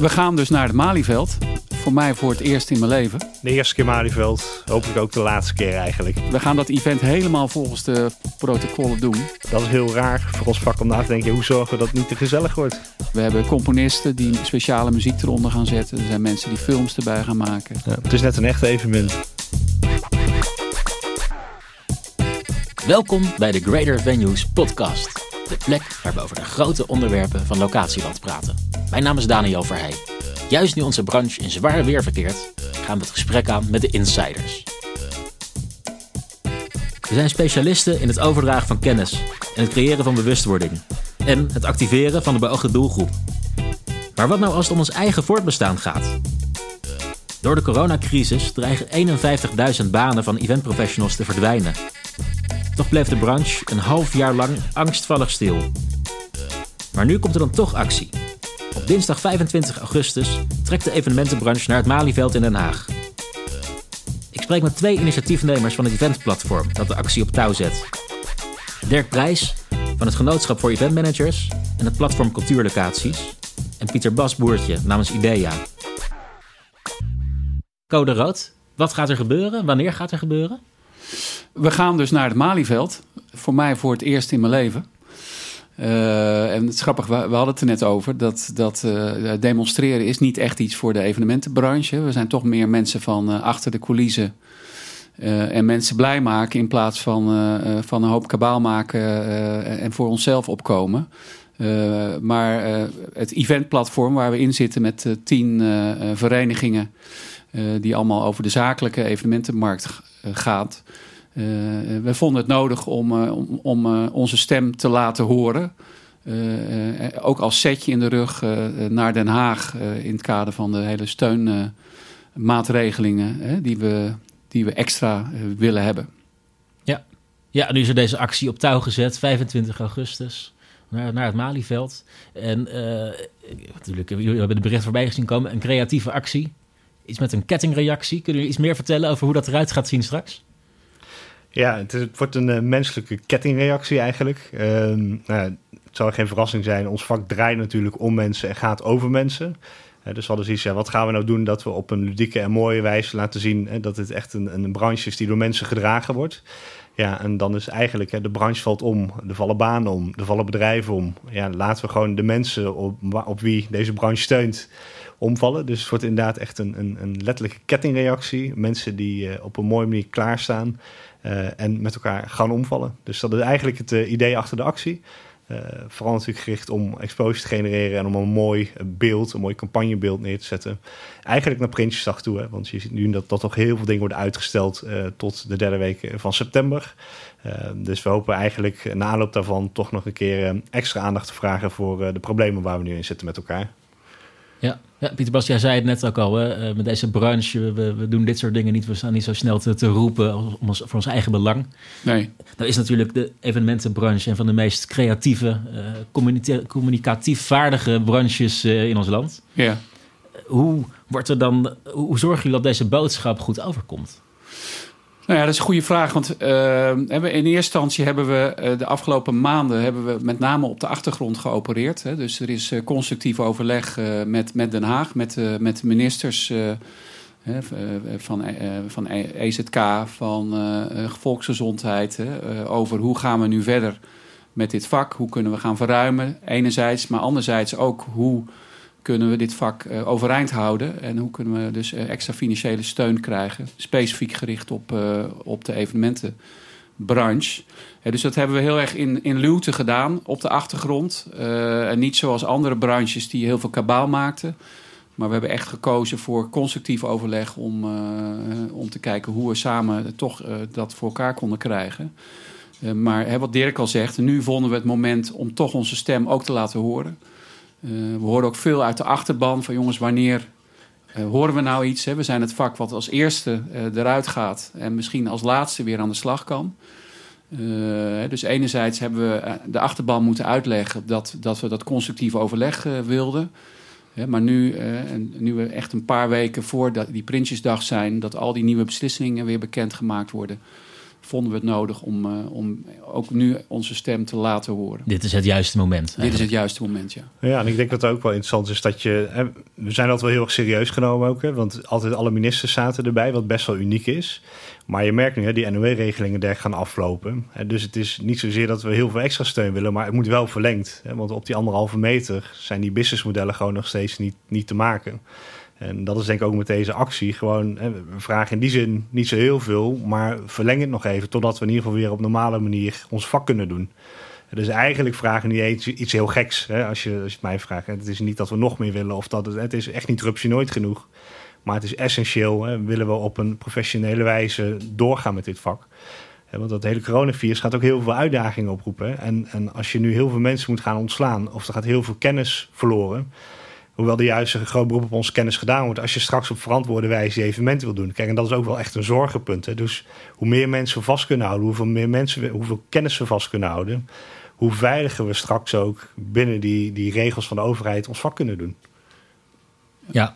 We gaan dus naar het Malieveld. Voor mij voor het eerst in mijn leven. De eerste keer Malieveld, hopelijk ook de laatste keer eigenlijk. We gaan dat event helemaal volgens de protocollen doen. Dat is heel raar voor ons vak om na te denken, hoe zorgen we dat het niet te gezellig wordt? We hebben componisten die speciale muziek eronder gaan zetten. Er zijn mensen die films erbij gaan maken. Ja, het is net een echt evenement. Welkom bij de Greater Venues podcast. De plek waar we over de grote onderwerpen van locatieland praten. Mijn naam is Daniel Verheij. Juist nu onze branche in zwaar weer verkeert, gaan we het gesprek aan met de insiders. We zijn specialisten in het overdragen van kennis en het creëren van bewustwording. En het activeren van de beoogde doelgroep. Maar wat nou als het om ons eigen voortbestaan gaat? Door de coronacrisis dreigen 51.000 banen van eventprofessionals te verdwijnen. Toch bleef de branche een half jaar lang angstvallig stil. Maar nu komt er dan toch actie. Op dinsdag 25 augustus trekt de evenementenbranche naar het Malieveld in Den Haag. Ik spreek met 2 initiatiefnemers van het eventplatform dat de actie op touw zet. Dirk Prijs van het Genootschap voor Eventmanagers en het platform Cultuurlocaties. En Pieter Basboertje namens IDEA. Code rood, wat gaat er gebeuren? Wanneer gaat er gebeuren? We gaan dus naar het Malieveld. Voor mij voor het eerst in mijn leven. En het is grappig, we hadden het er net over. Dat demonstreren is niet echt iets voor de evenementenbranche. We zijn toch meer mensen van achter de coulissen. En mensen blij maken in plaats van een hoop kabaal maken en voor onszelf opkomen. Maar het eventplatform waar we in zitten met 10 verenigingen. Die allemaal over de zakelijke evenementenmarkt gaat. We vonden het nodig om onze stem te laten horen. Ook als setje in de rug naar Den Haag. In het kader van de hele steunmaatregelingen die we extra willen hebben. Ja, nu is er deze actie op touw gezet. 25 augustus. Naar het Malieveld. En natuurlijk, jullie hebben de bericht voorbij gezien komen. Een creatieve actie. Iets met een kettingreactie. Kunnen jullie iets meer vertellen over hoe dat eruit gaat zien straks? Ja, het wordt een menselijke kettingreactie eigenlijk. Het zal geen verrassing zijn. Ons vak draait natuurlijk om mensen en gaat over mensen. Dus we hadden zoiets, wat gaan we nou doen dat we op een ludieke en mooie wijze laten zien dat het echt een branche is die door mensen gedragen wordt. Ja, en dan is eigenlijk, de branche valt om, er vallen banen om, er vallen bedrijven om. Ja, laten we gewoon de mensen op wie deze branche steunt omvallen. Dus het wordt inderdaad echt een letterlijke kettingreactie. Mensen die op een mooie manier klaarstaan en met elkaar gaan omvallen. Dus dat is eigenlijk het idee achter de actie. Vooral natuurlijk gericht om exposure te genereren en om een mooi beeld, een mooi campagnebeeld neer te zetten. Eigenlijk naar Prinsjesdag toe, want je ziet nu dat toch heel veel dingen worden uitgesteld tot de 3e week van september. Dus we hopen eigenlijk na aanloop daarvan toch nog een keer extra aandacht te vragen voor de problemen waar we nu in zitten met elkaar. Ja, Pieter Bas, jij zei het net ook al, met deze branche, we doen dit soort dingen niet, we staan niet zo snel te roepen voor ons eigen belang. Nee. Nou is natuurlijk de evenementenbranche een van de meest creatieve, communicatief vaardige branches in ons land. Ja. Hoe zorgen jullie dat deze boodschap goed overkomt? Nou ja, dat is een goede vraag. Want in eerste instantie hebben we de afgelopen maanden met name op de achtergrond geopereerd. Hè. Dus er is constructief overleg met Den Haag, met de ministers van EZK, van volksgezondheid. Over hoe gaan we nu verder met dit vak? Hoe kunnen we gaan verruimen enerzijds, maar anderzijds ook hoe kunnen we dit vak overeind houden en hoe kunnen we dus extra financiële steun krijgen, specifiek gericht op de evenementenbranche. Dus dat hebben we heel erg in luwte gedaan op de achtergrond. En niet zoals andere branches die heel veel kabaal maakten. Maar we hebben echt gekozen voor constructief overleg om te kijken hoe we samen toch dat voor elkaar konden krijgen. Maar wat Dirk al zegt, nu vonden we het moment om toch onze stem ook te laten horen. We horen ook veel uit de achterban van jongens, wanneer horen we nou iets? Hè? We zijn het vak wat als eerste eruit gaat en misschien als laatste weer aan de slag kan. Dus enerzijds hebben we de achterban moeten uitleggen dat we dat constructieve overleg wilden. Maar nu we echt een paar weken voor die Prinsjesdag zijn, dat al die nieuwe beslissingen weer bekendgemaakt worden. vonden we het nodig om ook nu onze stem te laten horen. Dit is het juiste moment. Eigenlijk. Dit is het juiste moment, ja. Ja, en ik denk dat het ook wel interessant is dat we zijn altijd wel heel erg serieus genomen ook. Hè, want altijd alle ministers zaten erbij, wat best wel uniek is. Maar je merkt nu, die NOW-regelingen daar gaan aflopen. Dus het is niet zozeer dat we heel veel extra steun willen, maar het moet wel verlengd. Want op die 1,5 meter zijn die businessmodellen gewoon nog steeds niet te maken. En dat is denk ik ook met deze actie gewoon, we vragen in die zin niet zo heel veel, maar verleng het nog even totdat we in ieder geval weer op normale manier ons vak kunnen doen. Dus eigenlijk vragen we niet iets heel geks, als je het mij vraagt. Het is niet dat we nog meer willen of dat het is echt niet rupsje nooit genoeg. Maar het is essentieel, willen we op een professionele wijze doorgaan met dit vak. Want dat hele coronavirus gaat ook heel veel uitdagingen oproepen. En als je nu heel veel mensen moet gaan ontslaan of er gaat heel veel kennis verloren, hoewel er juist een groot beroep op onze kennis gedaan wordt, als je straks op verantwoorde wijze die evenementen wil doen. Kijk, en dat is ook wel echt een zorgenpunt. Dus hoe meer mensen we vast kunnen houden, hoeveel kennis we vast kunnen houden, hoe veiliger we straks ook binnen die regels van de overheid ons vak kunnen doen. Ja.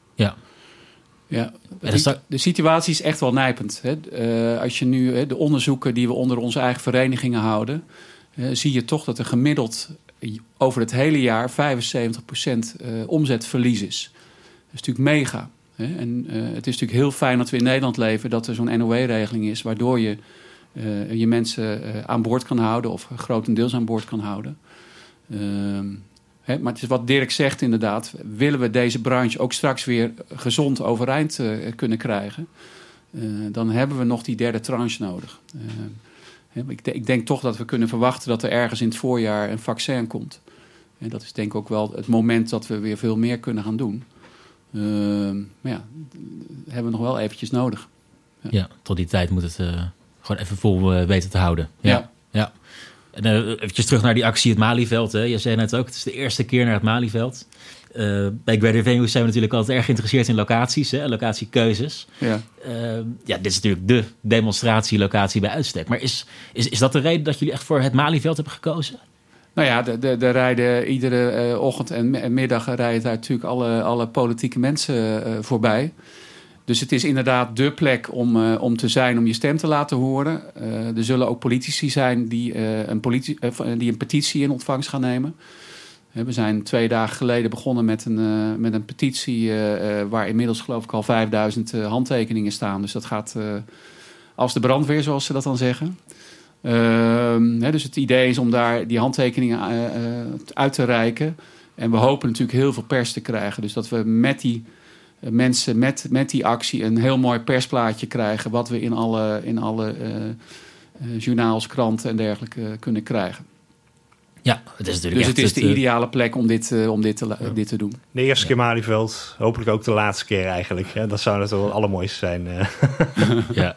De situatie is echt wel nijpend. Als je nu de onderzoeken die we onder onze eigen verenigingen houden, zie je toch dat er gemiddeld over het hele jaar 75% omzetverlies is. Dat is natuurlijk mega. En het is natuurlijk heel fijn dat we in Nederland leven, dat er zo'n NOW-regeling is, waardoor je je mensen aan boord kan houden of grotendeels aan boord kan houden. Maar het is wat Dirk zegt inderdaad. Willen we deze branche ook straks weer gezond overeind kunnen krijgen, dan hebben we nog die derde tranche nodig. Ik denk toch dat we kunnen verwachten dat er ergens in het voorjaar een vaccin komt. En dat is denk ik ook wel het moment dat we weer veel meer kunnen gaan doen. Maar ja, dat hebben we nog wel eventjes nodig. Ja, tot die tijd moet het gewoon even vol weten te houden. Ja. En eventjes terug naar die actie het Malieveld. Hè. Je zei net ook, het is de eerste keer naar het Malieveld. Bij Greater Venues zijn we natuurlijk altijd erg geïnteresseerd in locaties, locatiekeuzes. Ja. Dit is natuurlijk de demonstratielocatie bij uitstek. Maar is dat de reden dat jullie echt voor het Malieveld hebben gekozen? Nou ja, er rijden iedere ochtend en middag rijden daar natuurlijk alle politieke mensen voorbij. Dus het is inderdaad dé plek om te zijn, om je stem te laten horen. Er zullen ook politici zijn die een petitie in ontvangst gaan nemen. We zijn 2 dagen geleden begonnen met een petitie waar inmiddels geloof ik al 5000 handtekeningen staan. Dus dat gaat als de brandweer, zoals ze dat dan zeggen. Dus het idee is om daar die handtekeningen uit te reiken. En we hopen natuurlijk heel veel pers te krijgen. Dus dat we met die mensen, met die actie een heel mooi persplaatje krijgen, wat we in alle journaals, kranten en dergelijke kunnen krijgen. Ja, het is natuurlijk. Dus het is de ideale plek om dit te doen. De eerste keer Malieveld, hopelijk ook de laatste keer eigenlijk. Ja, dat zou natuurlijk wel het allermooiste zijn. Ja.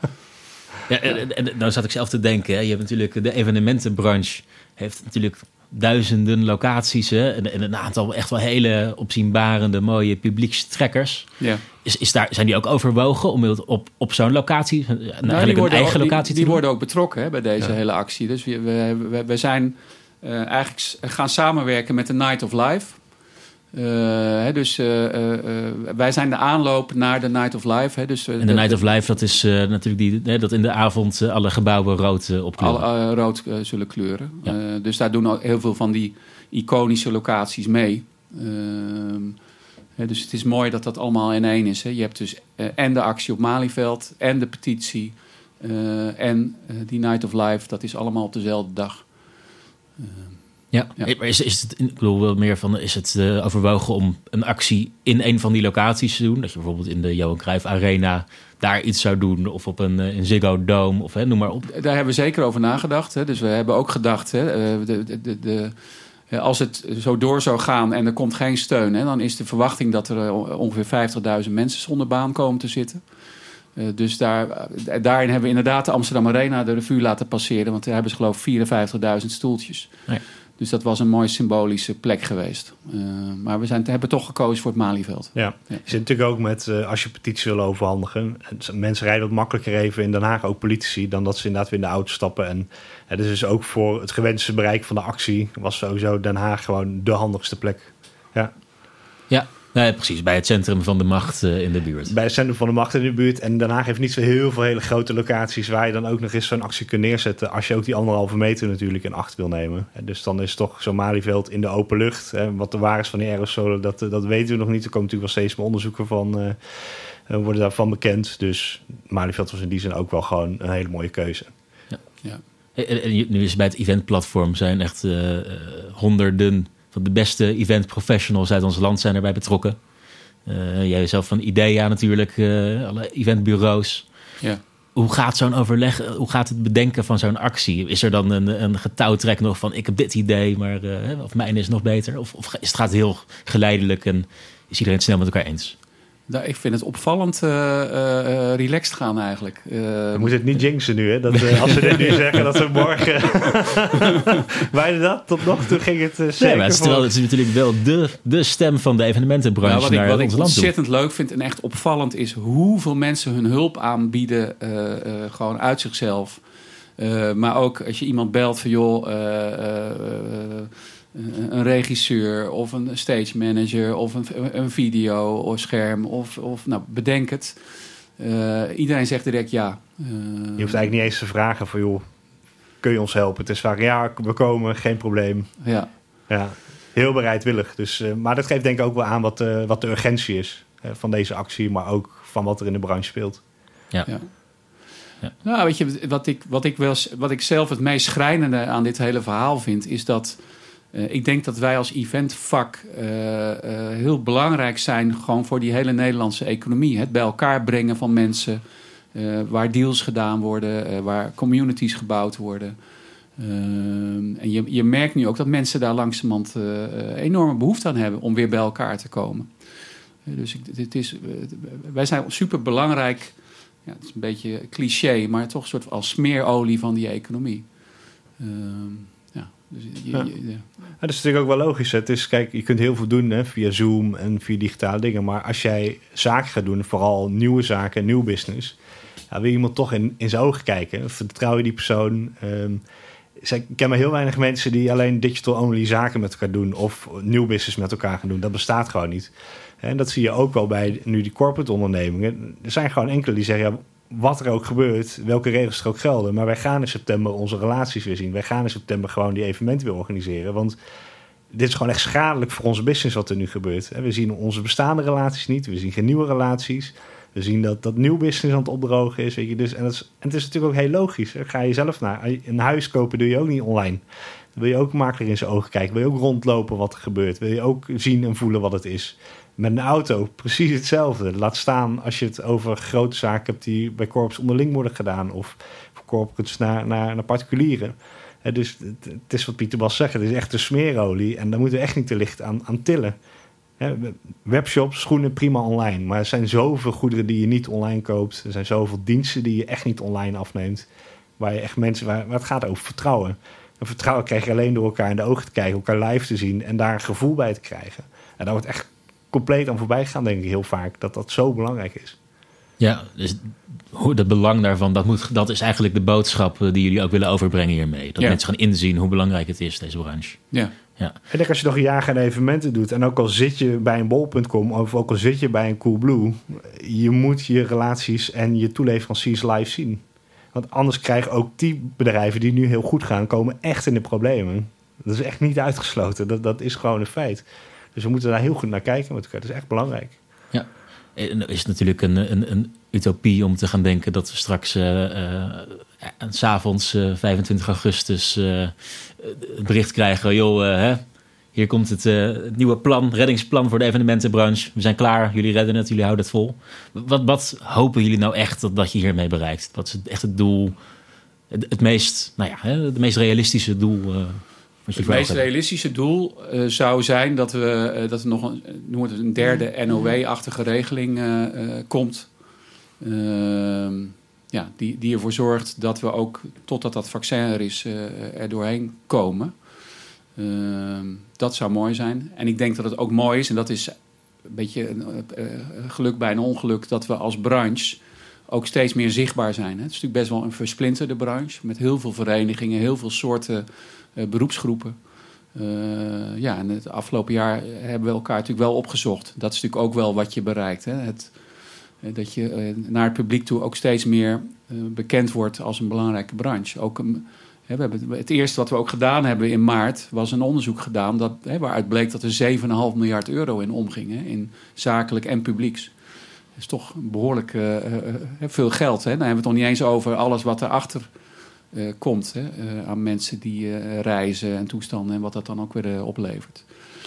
En nou zat ik zelf te denken. Je hebt natuurlijk de evenementenbranche heeft natuurlijk duizenden locaties en een aantal echt wel hele opzienbarende mooie publiekstrekkers. Ja. Zijn die ook overwogen om op zo'n locatie, eigenlijk een eigen locatie te doen? Die worden ook betrokken bij deze hele actie. Dus we zijn eigenlijk gaan samenwerken met de Night of Life. Wij zijn de aanloop naar de Night of Life. En de Night of Life, dat is natuurlijk dat in de avond alle gebouwen rood opkleuren. Rood zullen kleuren. Ja. Dus daar doen heel veel van die iconische locaties mee. Dus het is mooi dat dat allemaal in één is. Je hebt dus en de actie op Malieveld en de petitie en die Night of Life. Dat is allemaal op dezelfde dag. Ja, maar is het, ik bedoel wel meer van, is het overwogen om een actie in een van die locaties te doen? Dat je bijvoorbeeld in de Johan Cruijff Arena daar iets zou doen, of op een Ziggo Dome, of noem maar op. Daar hebben we zeker over nagedacht. Dus we hebben ook gedacht, als het zo door zou gaan en er komt geen steun, dan is de verwachting dat er ongeveer 50.000 mensen zonder baan komen te zitten. Dus daarin hebben we inderdaad de Amsterdam Arena de revue laten passeren, want daar hebben ze geloof ik 54.000 stoeltjes. Nee. Dus dat was een mooi symbolische plek geweest. Maar we hebben toch gekozen voor het Malieveld. Ja, je zit natuurlijk ook met, als je petitie wil overhandigen, mensen rijden wat makkelijker even in Den Haag, ook politici, dan dat ze inderdaad weer in de auto stappen. En dus ook voor het gewenste bereik van de actie was sowieso Den Haag gewoon de handigste plek. Ja. Nee, precies, bij het centrum van de macht in de buurt. Bij het centrum van de macht in de buurt. En Den Haag heeft niet zo heel veel hele grote locaties waar je dan ook nog eens zo'n actie kunt neerzetten. Als je ook die 1,5 meter natuurlijk in acht wil nemen. En dus dan is toch zo'n Malieveld in de open lucht. Hè, wat de waar is van die aerosolen, dat weten we nog niet. Er komen natuurlijk wel steeds meer onderzoeken van, worden daarvan bekend. Dus Malieveld was in die zin ook wel gewoon een hele mooie keuze. Ja. En nu is bij het eventplatform zijn echt honderden van de beste event professionals uit ons land zijn erbij betrokken. Jij zelf van IDEA natuurlijk, alle eventbureaus. Ja. Hoe gaat zo'n overleg, hoe gaat het bedenken van zo'n actie? Is er dan een getouwtrek nog van ik heb dit idee, maar of mijn is nog beter? Of gaat het heel geleidelijk en is iedereen het snel met elkaar eens? Nou, ik vind het opvallend relaxed gaan eigenlijk. We moeten het niet jinxen nu, hè? Dat, als we dit nu zeggen, dat we morgen... Wij dat, tot nog toe ging het zeker nee, maar het is natuurlijk wel de stem van de evenementenbranche wat ik ons land ontzettend leuk vind en echt opvallend is hoeveel mensen hun hulp aanbieden gewoon uit zichzelf. Maar ook als je iemand belt van joh... een regisseur of een stage manager of een video of scherm of nou, bedenk het. Iedereen zegt direct ja. Je hoeft eigenlijk niet eens te vragen van joh, kun je ons helpen? Het is vaak ja, we komen, geen probleem. Ja. Heel bereidwillig. Dus, maar dat geeft denk ik ook wel aan wat de urgentie is van deze actie, maar ook van wat er in de branche speelt. Ja. Nou, weet je, wat ik zelf het meest schrijnende aan dit hele verhaal vind, is dat ik denk dat wij als eventvak heel belangrijk zijn gewoon voor die hele Nederlandse economie. Het bij elkaar brengen van mensen, waar deals gedaan worden, waar communities gebouwd worden. En je merkt nu ook dat mensen daar langzamerhand enorme behoefte aan hebben om weer bij elkaar te komen. Dus wij zijn super belangrijk. Ja, het is een beetje cliché, maar toch een soort als smeerolie van die economie. Dus dat is natuurlijk ook wel logisch. Hè? Het is, kijk, je kunt heel veel doen via Zoom en via digitale dingen. Maar als jij zaken gaat doen, vooral nieuwe zaken, nieuw business, wil je iemand toch in zijn ogen kijken. Vertrouw je die persoon? Ik ken maar heel weinig mensen die alleen digital-only zaken met elkaar doen of nieuw business met elkaar gaan doen. Dat bestaat gewoon niet. En dat zie je ook wel bij nu die corporate ondernemingen. Er zijn gewoon enkele die zeggen, ja, wat er ook gebeurt, welke regels er ook gelden. Maar wij gaan in september onze relaties weer zien. Wij gaan in september gewoon die evenementen weer organiseren. Want dit is gewoon echt schadelijk voor onze business wat er nu gebeurt. We zien onze bestaande relaties niet. We zien geen nieuwe relaties. We zien dat nieuw business aan het opdrogen is. Weet je. Dus, en het is natuurlijk ook heel logisch. Ga je zelf naar een huis kopen, doe je ook niet online. Dan wil je ook makkelijker in zijn ogen kijken. Wil je ook rondlopen wat er gebeurt. Wil je ook zien en voelen wat het is. Met een auto precies hetzelfde. Laat staan als je het over grote zaken hebt die bij corps onderling worden gedaan. Of voor corporates naar particulieren. Dus het is wat Pieter Bas zegt. Het is echt een smeerolie. En daar moeten we echt niet te licht aan tillen. Webshops, schoenen, prima online. Maar er zijn zoveel goederen die je niet online koopt. Er zijn zoveel diensten die je echt niet online afneemt. Waar je echt mensen, waar het gaat over vertrouwen. En vertrouwen krijg je alleen door elkaar in de ogen te kijken, elkaar live te zien en daar een gevoel bij te krijgen. En daar wordt echt compleet aan voorbij gegaan, denk ik heel vaak, dat zo belangrijk is. Ja, dus het belang daarvan, dat is eigenlijk de boodschap die jullie ook willen overbrengen hiermee. Dat mensen gaan inzien hoe belangrijk het is, deze branche. Ja. En denk als je nog een jaar aan evenementen doet en ook al zit je bij een bol.com of ook al zit je bij een Coolblue, je moet je relaties en je toeleveranciers live zien. Want anders krijgen ook die bedrijven die nu heel goed gaan, komen echt in de problemen. Dat is echt niet uitgesloten. Dat is gewoon een feit. Dus we moeten daar heel goed naar kijken met elkaar. Dat is echt belangrijk. Ja, en is het natuurlijk een utopie om te gaan denken dat we straks 's avonds 25 augustus het bericht krijgen. Joh, hier komt het nieuwe plan, reddingsplan voor de evenementenbranche. We zijn klaar, jullie redden het, jullie houden het vol. Wat hopen jullie nou echt dat je hiermee bereikt? Wat is echt het doel, het meest realistische doel? Het meest realistische doel zou zijn dat er nog een derde NOW-achtige regeling komt. Die ervoor zorgt dat we ook, totdat dat vaccin er is, er doorheen komen. Dat zou mooi zijn. En ik denk dat het ook mooi is, en dat is een beetje een geluk bij een ongeluk, dat we als branche ook steeds meer zichtbaar zijn. Het is natuurlijk best wel een versplinterde branche met heel veel verenigingen, heel veel soorten beroepsgroepen. En het afgelopen jaar hebben we elkaar natuurlijk wel opgezocht. Dat is natuurlijk ook wel wat je bereikt. Hè? Dat je naar het publiek toe ook steeds meer bekend wordt als een belangrijke branche. We hebben het eerste wat we ook gedaan hebben in maart was een onderzoek gedaan waaruit bleek dat er 7,5 miljard euro in omging. Hè, in zakelijk en publieks. Dat is toch behoorlijk veel geld. Hè? Dan hebben we het nog niet eens over alles wat erachter komt. Aan mensen die reizen en toestanden en wat dat dan ook weer oplevert.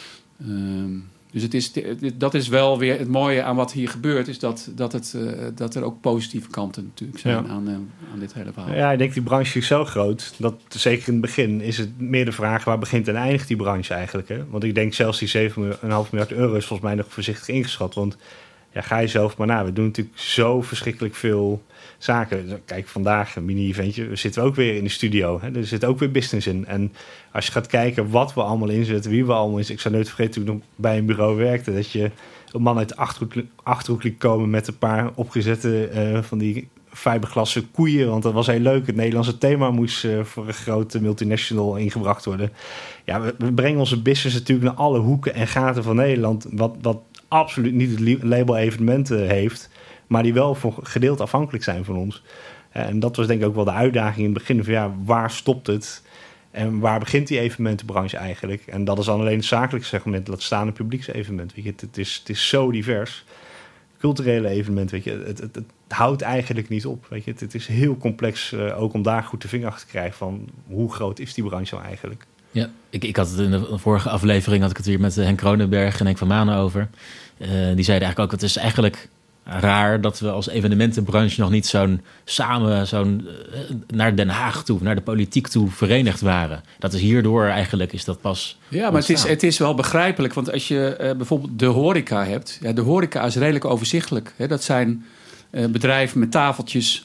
Dus dat is wel weer het mooie aan wat hier gebeurt, is dat er ook positieve kanten natuurlijk zijn aan dit hele verhaal. Ja, ik denk die branche is zo groot, dat zeker in het begin is het meer de vraag waar begint en eindigt die branche eigenlijk. Hè? Want ik denk zelfs die 7,5 miljard euro is volgens mij nog voorzichtig ingeschat. Want ga je zelf maar na. We doen natuurlijk zo verschrikkelijk veel zaken. Kijk, vandaag een mini-eventje. We zitten ook weer in de studio. Hè? Er zit ook weer business in. En als je gaat kijken wat we allemaal inzetten, wie we allemaal inzetten. Ik zou nooit vergeten toen ik nog bij een bureau werkte, dat je een man uit de Achterhoek liet komen met een paar opgezette van die fiberglassen koeien. Want dat was heel leuk. Het Nederlandse thema moest voor een grote multinational ingebracht worden. Ja, we brengen onze business natuurlijk naar alle hoeken en gaten van Nederland. Wat absoluut niet het label evenementen heeft, maar die wel voor gedeelte afhankelijk zijn van ons. En dat was denk ik ook wel de uitdaging in het begin van waar stopt het en waar begint die evenementenbranche eigenlijk? En dat is dan alleen het zakelijke segment, laat staan een publieksevenement. Weet je, het is zo divers. Culturele evenement, weet je, het houdt eigenlijk niet op. Weet je, het is heel complex ook om daar goed de vinger achter te krijgen van hoe groot is die branche nou eigenlijk. Ja, ik had het in de vorige aflevering had ik het hier met Henk Kronenberg en Henk van Manen over. Die zeiden eigenlijk ook, het is eigenlijk raar dat we als evenementenbranche nog niet samen naar Den Haag toe, naar de politiek toe verenigd waren. Dat is hierdoor eigenlijk, is dat pas Ja, maar het is wel begrijpelijk, want als je bijvoorbeeld de horeca hebt, de horeca is redelijk overzichtelijk. Hè? Dat zijn bedrijven met tafeltjes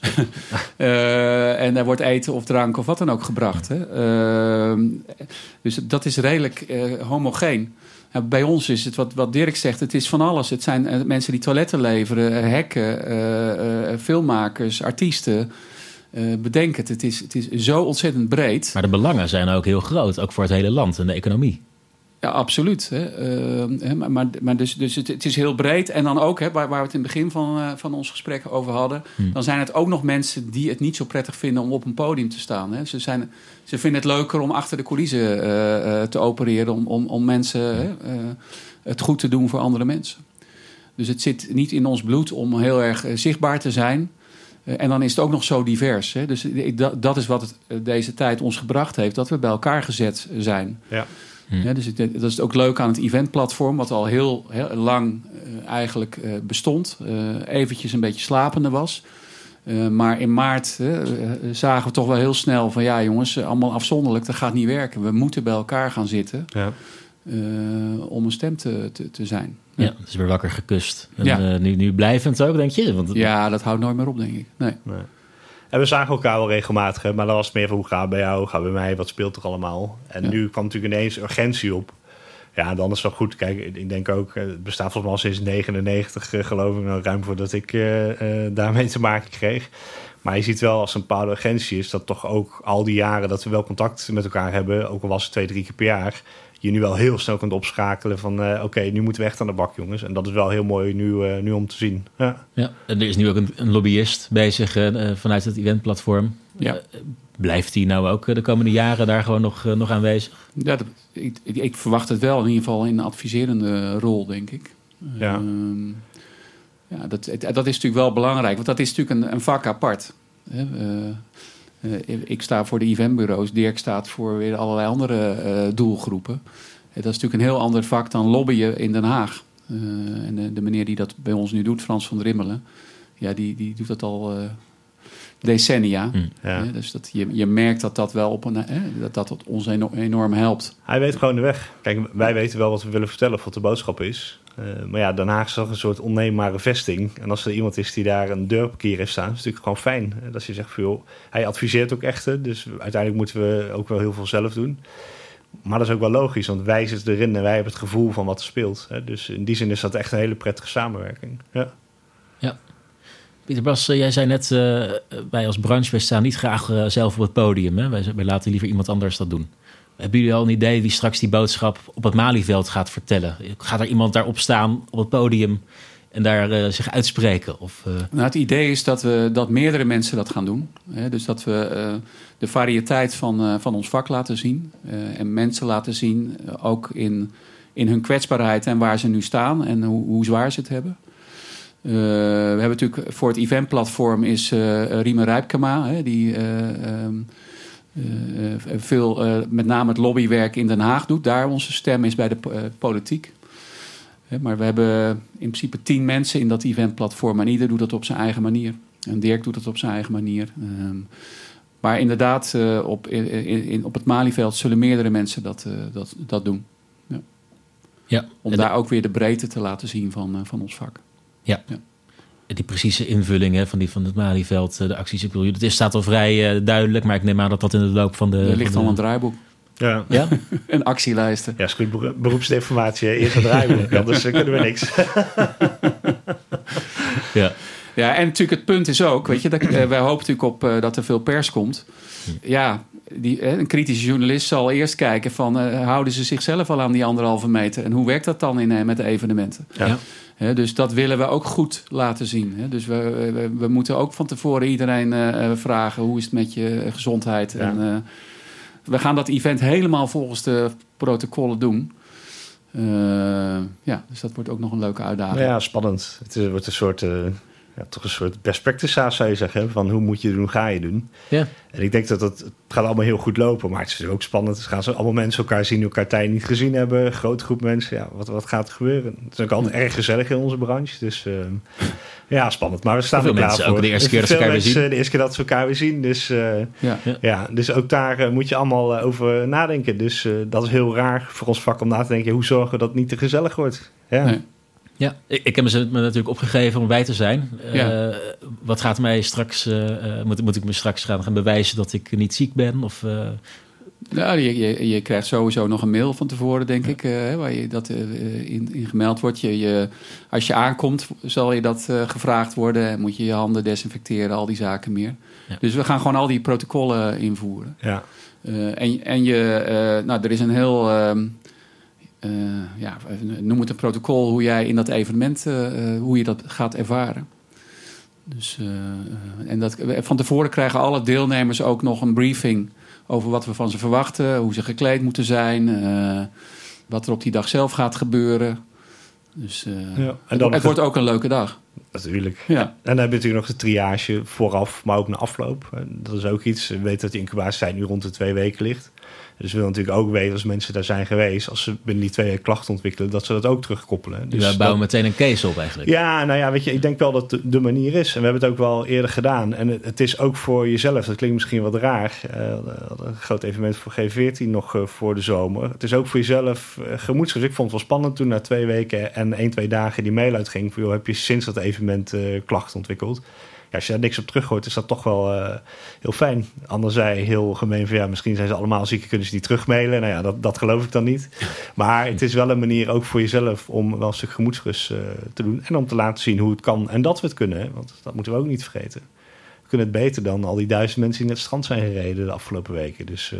en daar wordt eten of drank of wat dan ook gebracht. Hè? Dus dat is redelijk homogeen. Bij ons is het, wat Dirk zegt, het is van alles. Het zijn mensen die toiletten leveren, hekken, filmmakers, artiesten. Bedenk het, het is zo ontzettend breed. Maar de belangen zijn ook heel groot, ook voor het hele land en de economie. Ja, absoluut. Hè. Maar dus het is heel breed. En dan ook, waar we het in het begin van ons gesprek over hadden, dan zijn het ook nog mensen die het niet zo prettig vinden om op een podium te staan. Hè. Ze vinden het leuker om achter de coulissen te opereren, om mensen het goed te doen voor andere mensen. Dus het zit niet in ons bloed om heel erg zichtbaar te zijn. En dan is het ook nog zo divers. Hè. Dus dat is wat deze tijd ons gebracht heeft, dat we bij elkaar gezet zijn. Ja. Ja, dus dat is ook leuk aan het eventplatform, wat al heel lang eigenlijk bestond. Eventjes een beetje slapende was. Maar in maart zagen we toch wel heel snel van ja jongens, allemaal afzonderlijk, dat gaat niet werken. We moeten bij elkaar gaan zitten om een stem te zijn. Ja, het is weer wakker gekust. En nu blijvend ook, denk je? Want ja, dat houdt nooit meer op, denk ik. Nee. En we zagen elkaar wel regelmatig, maar dan was het meer van hoe gaat het bij jou, hoe gaat het bij mij, wat speelt er allemaal? En nu kwam natuurlijk ineens urgentie op. Ja, dan is het wel goed. Kijk, ik denk ook, het bestaat volgens mij al sinds 1999, geloof ik, nou, ruim voordat ik daarmee te maken kreeg. Maar je ziet wel als een bepaalde urgentie is dat toch ook al die jaren dat we wel contact met elkaar hebben, ook al was het 2-3 keer per jaar, je nu wel heel snel kunt opschakelen van oké, nu moeten we echt aan de bak, jongens. En dat is wel heel mooi nu om te zien. Ja, en er is nu ook een lobbyist bezig vanuit het eventplatform. Ja. Blijft die nou ook de komende jaren daar gewoon nog aanwezig? Ja, ik verwacht het wel, in ieder geval in een adviserende rol, denk ik. Ja. Dat is natuurlijk wel belangrijk, want dat is natuurlijk een vak apart. Ik sta voor de eventbureaus, Dirk staat voor weer allerlei andere doelgroepen. Dat is natuurlijk een heel ander vak dan lobbyen in Den Haag. En de meneer die dat bij ons nu doet, Frans van der Rimmelen, ja, die doet dat al decennia. Dus je merkt dat wel dat ons enorm helpt. Hij weet gewoon de weg. Kijk, wij weten wel wat we willen vertellen, of wat de boodschap is. Maar ja, Den Haag is toch een soort onneembare vesting. En als er iemand is die daar een deurparkier heeft staan, is het natuurlijk gewoon fijn. Dat je zegt, joh, hij adviseert ook echt. Dus uiteindelijk moeten we ook wel heel veel zelf doen. Maar dat is ook wel logisch, want wij zitten erin en wij hebben het gevoel van wat er speelt. Dus in die zin is dat echt een hele prettige samenwerking. Ja. Pieter Bas, jij zei net, wij als branche, wij staan niet graag zelf op het podium. Hè? Wij laten liever iemand anders dat doen. Hebben jullie al een idee wie straks die boodschap op het Malieveld gaat vertellen? Gaat er iemand daarop staan op het podium en daar zich uitspreken? Of, Nou, het idee is dat meerdere mensen dat gaan doen. Dus dat we de variëteit van ons vak laten zien. En mensen laten zien, ook in hun kwetsbaarheid en waar ze nu staan en hoe zwaar ze het hebben. We hebben natuurlijk voor het eventplatform is Riemen Rijpkema, die veel met name het lobbywerk in Den Haag doet. Daar onze stem is bij de politiek. Maar we hebben in principe 10 mensen in dat eventplatform en ieder doet dat op zijn eigen manier. En Dirk doet dat op zijn eigen manier. Maar inderdaad, op het Malieveld zullen meerdere mensen dat doen. Ja. Ja. Om daar ook weer de breedte te laten zien van ons vak. Ja. Die precieze invulling van het Malieveld, de acties. Ik bedoel, het staat al vrij duidelijk, maar ik neem aan dat in de loop van de... Er ligt al een draaiboek. Ja. En actielijsten. Ja, is goed beroepsinformatie. Eerst een draaiboek, anders kunnen we niks. Ja. Ja, en natuurlijk het punt is ook, weet je, wij hopen natuurlijk op dat er veel pers komt. Ja, een kritische journalist zal eerst kijken van houden ze zichzelf al aan die 1,5 meter? En hoe werkt dat dan met de evenementen? Ja. Dus dat willen we ook goed laten zien. Dus we moeten ook van tevoren iedereen vragen, hoe is het met je gezondheid? Ja. En we gaan dat event helemaal volgens de protocollen doen. Dus dat wordt ook nog een leuke uitdaging. Ja, spannend. Het wordt een soort... toch een soort best practice zou je zeggen. Van hoe moet je doen, hoe ga je doen. Ja. En ik denk dat het gaat allemaal heel goed lopen. Maar het is ook spannend. Dus gaan ze allemaal mensen elkaar zien die elkaar tijden niet gezien hebben. Een grote groep mensen. Ja, wat gaat er gebeuren? Het is ook altijd erg gezellig in onze branche. Dus spannend. Maar we staan er klaar voor. Ook de eerste keer dat ze elkaar weer zien. De eerste keer dat ze elkaar weer zien. Dus, dus ook daar moet je allemaal over nadenken. Dus dat is heel raar voor ons vak om na te denken. Hoe zorgen we dat het niet te gezellig wordt? Ja. Nee. Ja, ik heb me natuurlijk opgegeven om bij te zijn. Wat gaat mij straks... moet ik me straks gaan bewijzen dat ik niet ziek ben? Of, Nou, je krijgt sowieso nog een mail van tevoren, denk ik... waar je dat in gemeld wordt. Als je aankomt, zal je dat gevraagd worden... en moet je je handen desinfecteren, al die zaken meer. Ja. Dus we gaan gewoon al die protocollen invoeren. Ja. Er is een heel... noem het een protocol hoe jij in dat evenement hoe je dat gaat ervaren. Dus, van tevoren krijgen alle deelnemers ook nog een briefing over wat we van ze verwachten, hoe ze gekleed moeten zijn, wat er op die dag zelf gaat gebeuren. Dus het wordt ook een leuke dag. Natuurlijk. Ja. En dan heb je natuurlijk nog de triage vooraf, maar ook na afloop. Dat is ook iets. We weten dat die incubatietijd nu rond de 2 weken ligt. Dus we willen natuurlijk ook weten als mensen daar zijn geweest... als ze binnen die 2 weken klachten ontwikkelen... dat ze dat ook terugkoppelen. Dus we bouwen meteen een case op eigenlijk. Ja, nou ja, weet je, ik denk wel dat de manier is. En we hebben het ook wel eerder gedaan. En het is ook voor jezelf. Dat klinkt misschien wat raar. Een groot evenement voor G14 nog voor de zomer. Het is ook voor jezelf gemoedsrust. Ik vond het wel spannend toen na 2 weken... en 1-2 dagen die mail uitging... voor, joh, heb je sinds dat evenement klachten ontwikkeld... Ja, als je daar niks op terug hoort, is dat toch wel heel fijn. Anders zei heel gemeen van misschien zijn ze allemaal ziek, kunnen ze die terugmailen. Nou ja, dat geloof ik dan niet. Maar het is wel een manier ook voor jezelf om wel een stuk gemoedsrust te doen. En om te laten zien hoe het kan en dat we het kunnen. Hè? Want dat moeten we ook niet vergeten. We kunnen het beter dan al die 1000 mensen die naar het strand zijn gereden de afgelopen weken. Dus...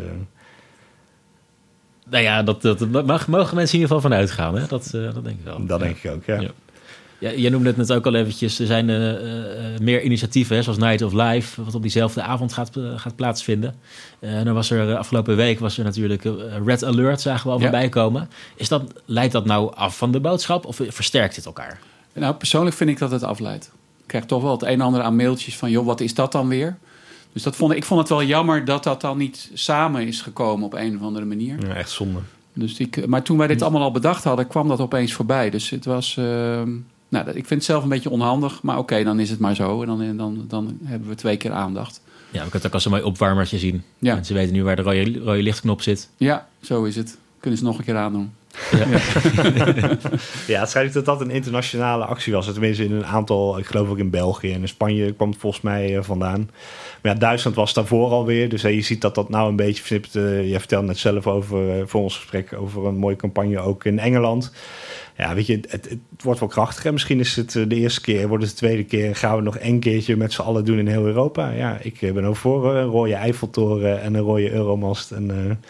Nou ja, dat mogen mensen in ieder geval van uitgaan. Hè? Dat denk ik wel. Dat denk ik ook, ja. Ja, je noemde het net ook al eventjes. Er zijn meer initiatieven, zoals Night of Life... wat op diezelfde avond gaat plaatsvinden. Dan was er afgelopen week natuurlijk Red Alert, zagen we al voorbij komen. Leidt dat nou af van de boodschap of versterkt dit elkaar? Nou, persoonlijk vind ik dat het afleidt. Ik krijg toch wel het een en ander aan mailtjes van... joh, wat is dat dan weer? Dus ik vond het wel jammer dat dat dan niet samen is gekomen op een of andere manier. Ja, echt zonde. Dus maar toen wij dit allemaal al bedacht hadden, kwam dat opeens voorbij. Dus het was... ik vind het zelf een beetje onhandig, maar oké, dan is het maar zo. En dan hebben we 2 keer aandacht. Ja, we kunnen het ook als een mooi opwarmertje zien. Ja. Mensen weten nu waar de rode lichtknop zit. Ja, zo is het. Kunnen ze nog een keer aandoen. Ja, het schijnt dat dat een internationale actie was. Tenminste in een aantal, ik geloof ook in België en in Spanje kwam het volgens mij vandaan. Maar ja, Duitsland was daarvoor alweer. Dus je ziet dat nou een beetje vernipt. Je vertelde net zelf voor ons gesprek over een mooie campagne ook in Engeland. Ja, weet je, het wordt wel krachtiger. Misschien is het de eerste keer, wordt het de tweede keer. Gaan we nog 1 keertje met z'n allen doen in heel Europa. Ja, ik ben ook voor een rode Eiffeltoren en een rode Euromast. En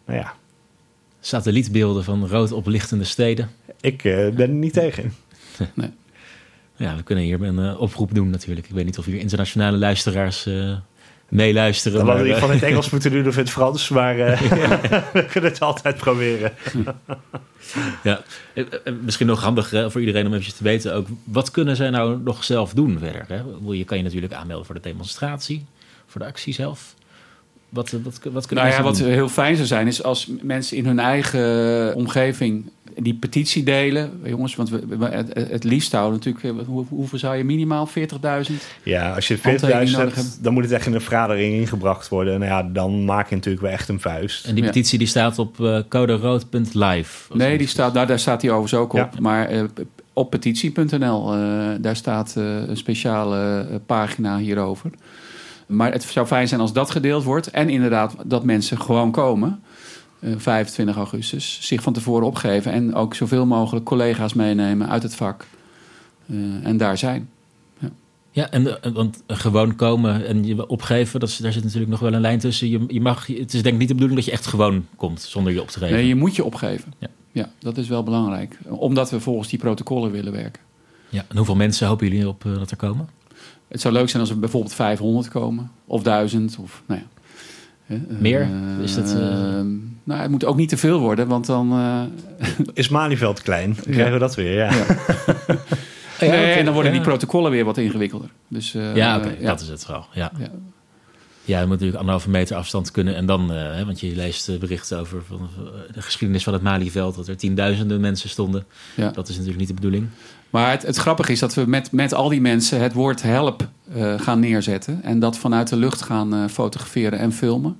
nou ja. Satellietbeelden van rood oplichtende steden. Ik ben er niet tegen. Nee. Ja, we kunnen hier een oproep doen natuurlijk. Ik weet niet of hier internationale luisteraars meeluisteren. Dan hadden we van het Engels moeten doen of in het Frans, maar we kunnen het altijd proberen. Ja, misschien nog handig voor iedereen om even te weten ook. Wat kunnen zij nou nog zelf doen verder? Hè? Je kan je natuurlijk aanmelden voor de demonstratie, voor de actie zelf. Wat kunnen mensen doen? Wat heel fijn zou zijn is als mensen in hun eigen omgeving die petitie delen. Jongens, want we het liefst houden natuurlijk... Hoeveel zou je minimaal? 40.000? Ja, als je 40.000 hebt, dan moet het echt in een vergadering ingebracht worden. Nou ja, dan maak je natuurlijk wel echt een vuist. En die petitie die staat op coderood.live? Nee, daar staat die overigens ook op. Ja. Maar op petitie.nl, daar staat een speciale pagina hierover. Maar het zou fijn zijn als dat gedeeld wordt. En inderdaad dat mensen gewoon komen. 25 augustus. Zich van tevoren opgeven. En ook zoveel mogelijk collega's meenemen uit het vak. En daar zijn. Ja, want gewoon komen en je opgeven, daar zit natuurlijk nog wel een lijn tussen. Het is denk ik niet de bedoeling dat je echt gewoon komt zonder je op te geven. Nee, je moet je opgeven. Ja, dat is wel belangrijk. Omdat we volgens die protocollen willen werken. Ja, en hoeveel mensen hopen jullie op dat er komen? Het zou leuk zijn als er bijvoorbeeld 500 komen. Of 1000. Of, nou ja. Meer? Is dat, het moet ook niet te veel worden, want dan... Is Malieveld klein? Dan krijgen we dat weer, ja. En dan worden die protocollen weer wat ingewikkelder. Dus, dat is het wel. Ja, je moet natuurlijk 1,5 meter afstand kunnen. En dan, want je leest berichten over van de geschiedenis van het Malieveld, dat er tienduizenden mensen stonden. Ja. Dat is natuurlijk niet de bedoeling. Maar het grappige is dat we met al die mensen het woord help gaan neerzetten. En dat vanuit de lucht gaan fotograferen en filmen.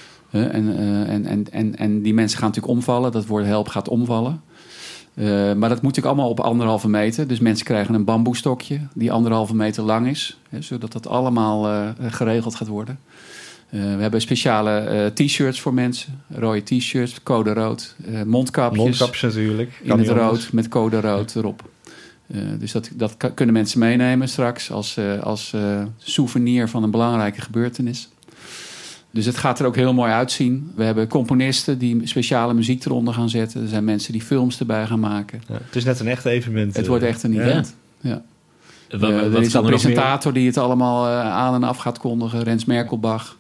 En die mensen gaan natuurlijk omvallen. Dat woord help gaat omvallen. Maar dat moet natuurlijk allemaal op 1,5 meter. Dus mensen krijgen een bamboestokje die 1,5 meter lang is. Zodat dat allemaal geregeld gaat worden. We hebben speciale t-shirts voor mensen. Rode t-shirts, code rood. Mondkapjes. Mondkapjes natuurlijk. In het rood met code rood erop. Dus dat kunnen mensen meenemen straks als souvenir van een belangrijke gebeurtenis. Dus het gaat er ook heel mooi uitzien. We hebben componisten die speciale muziek eronder gaan zetten. Er zijn mensen die films erbij gaan maken. Ja, het is net een echt evenement. Het wordt echt een event. Ja. Er is een presentator die het allemaal aan en af gaat kondigen. Rens Merkelbach.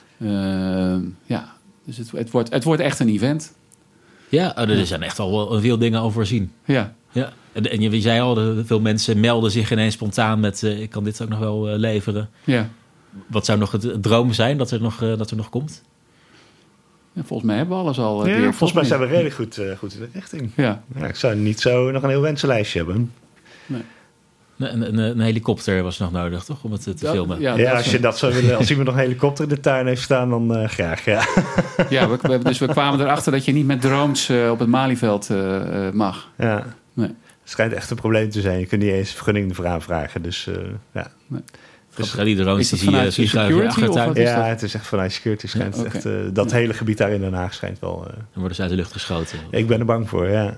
Dus het wordt echt een event. Ja, er zijn echt al wel veel dingen al voorzien. Ja. En je zei al, veel mensen melden zich ineens spontaan met... ik kan dit ook nog wel leveren. Ja. Wat zou nog het droom zijn dat er nog komt? Ja, volgens mij hebben we alles al. Volgens mij zijn we redelijk goed in de richting. Ja. Ik zou niet zo nog een heel wensenlijstje hebben. Nee. Een helikopter was nog nodig, toch? Om het te filmen. Ja, als je dat zou willen. Als iemand nog een helikopter in de tuin heeft staan, dan graag. Ja, dus we kwamen erachter dat je niet met drones op het Malieveld mag. Ja. Nee. Het schijnt echt een probleem te zijn. Je kunt niet eens vergunning ervoor aanvragen. Dus ja. Nee. Dus die drones die zie je security. Ja, het is echt vanuit security. Schijnt echt, dat hele gebied daar in Den Haag schijnt wel... Dan worden ze uit de lucht geschoten. Ik ben er bang voor, ja.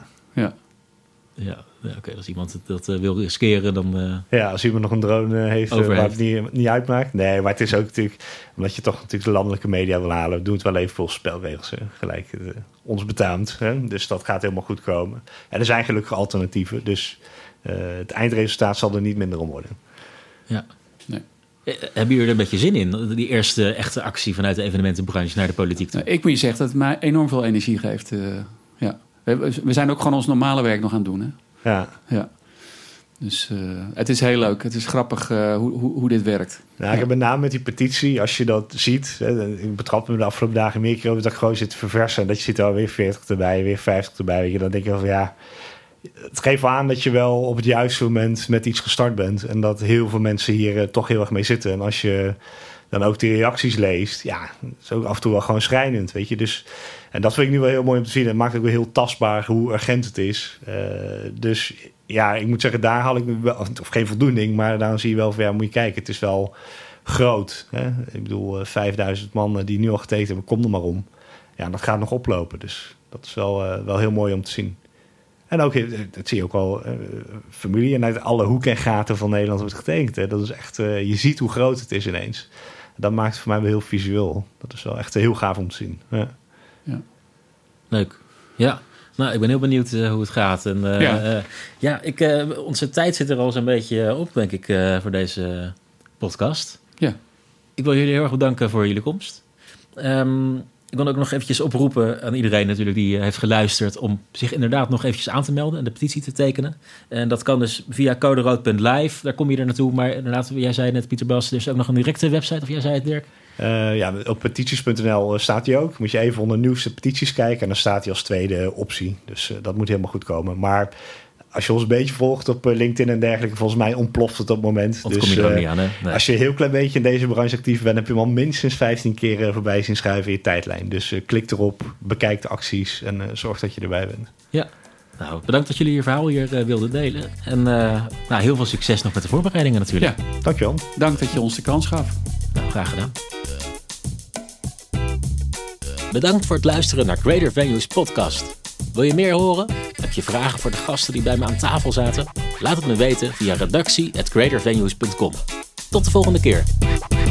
Ja, oké. Als iemand dat wil riskeren, dan... Ja, als iemand nog een drone heeft waar het niet uitmaakt. Nee, maar het is ook natuurlijk... Omdat je toch natuurlijk de landelijke media wil halen. We doen het wel even volgens spelregels. Gelijk ons betaamt. Dus dat gaat helemaal goed komen. En er zijn gelukkig alternatieven. Dus het eindresultaat zal er niet minder om worden. Ja. Nee. Hebben jullie er een beetje zin in? Die eerste echte actie vanuit de evenementenbranche naar de politiek toe? Ik moet je zeggen dat het mij enorm veel energie geeft. Ja. We zijn ook gewoon ons normale werk nog aan het doen. Hè? Ja. Dus het is heel leuk. Het is grappig hoe dit werkt. Nou, ik heb met name met die petitie, als je dat ziet... ik betrap me de afgelopen dagen meer keer over dat ik gewoon zit te verversen. En dat je ziet alweer 40 erbij, weer 50 erbij. Weet je, dan denk je van ja... Het geeft wel aan dat je wel op het juiste moment met iets gestart bent. En dat heel veel mensen hier toch heel erg mee zitten. En als je dan ook die reacties leest... Ja, dat is ook af en toe wel gewoon schrijnend, weet je. Dus, en dat vind ik nu wel heel mooi om te zien. Het maakt ook weer heel tastbaar hoe urgent het is. Dus ja, ik moet zeggen, daar haal ik wel... Of geen voldoening, maar dan zie je wel van... Ja, moet je kijken, het is wel groot. Hè? Ik bedoel, 5000 man die nu al getekend hebben, kom er maar om. Ja, dat gaat nog oplopen. Dus dat is wel heel mooi om te zien. En ook, dat zie je ook wel, familie en uit alle hoeken en gaten van Nederland wordt getekend. Hè. Dat is echt, je ziet hoe groot het is ineens. Dat maakt het voor mij wel heel visueel. Dat is wel echt heel gaaf om te zien. Ja. Leuk. Ja. Nou, ik ben heel benieuwd hoe het gaat. En, onze tijd zit er al zo'n beetje op, denk ik, voor deze podcast. Ja. Ik wil jullie heel erg bedanken voor jullie komst. Ik wil ook nog eventjes oproepen aan iedereen natuurlijk die heeft geluisterd om zich inderdaad nog eventjes aan te melden en de petitie te tekenen. En dat kan dus via coderood.live. Daar kom je er naartoe. Maar inderdaad, jij zei net, Pieter Bas, er is ook nog een directe website. Of jij zei het, Dirk? Op petities.nl staat hij ook. Moet je even onder nieuwste petities kijken en dan staat hij als tweede optie. Dus dat moet helemaal goed komen. Maar als je ons een beetje volgt op LinkedIn en dergelijke, volgens mij ontploft het op het moment. Of kom je er ook niet aan, hè? Nee. Als je een heel klein beetje in deze branche actief bent, heb je hem al minstens 15 keer voorbij zien schuiven in je tijdlijn. Dus klik erop, bekijk de acties en zorg dat je erbij bent. Ja, nou, bedankt dat jullie je verhaal hier wilden delen. En heel veel succes nog met de voorbereidingen natuurlijk. Ja, dankjewel. Dank dat je ons de kans gaf. Nou, graag gedaan. Bedankt voor het luisteren naar Greater Venues podcast. Wil je meer horen? Heb je vragen voor de gasten die bij me aan tafel zaten? Laat het me weten via redactie@greatervenues.com. Tot de volgende keer.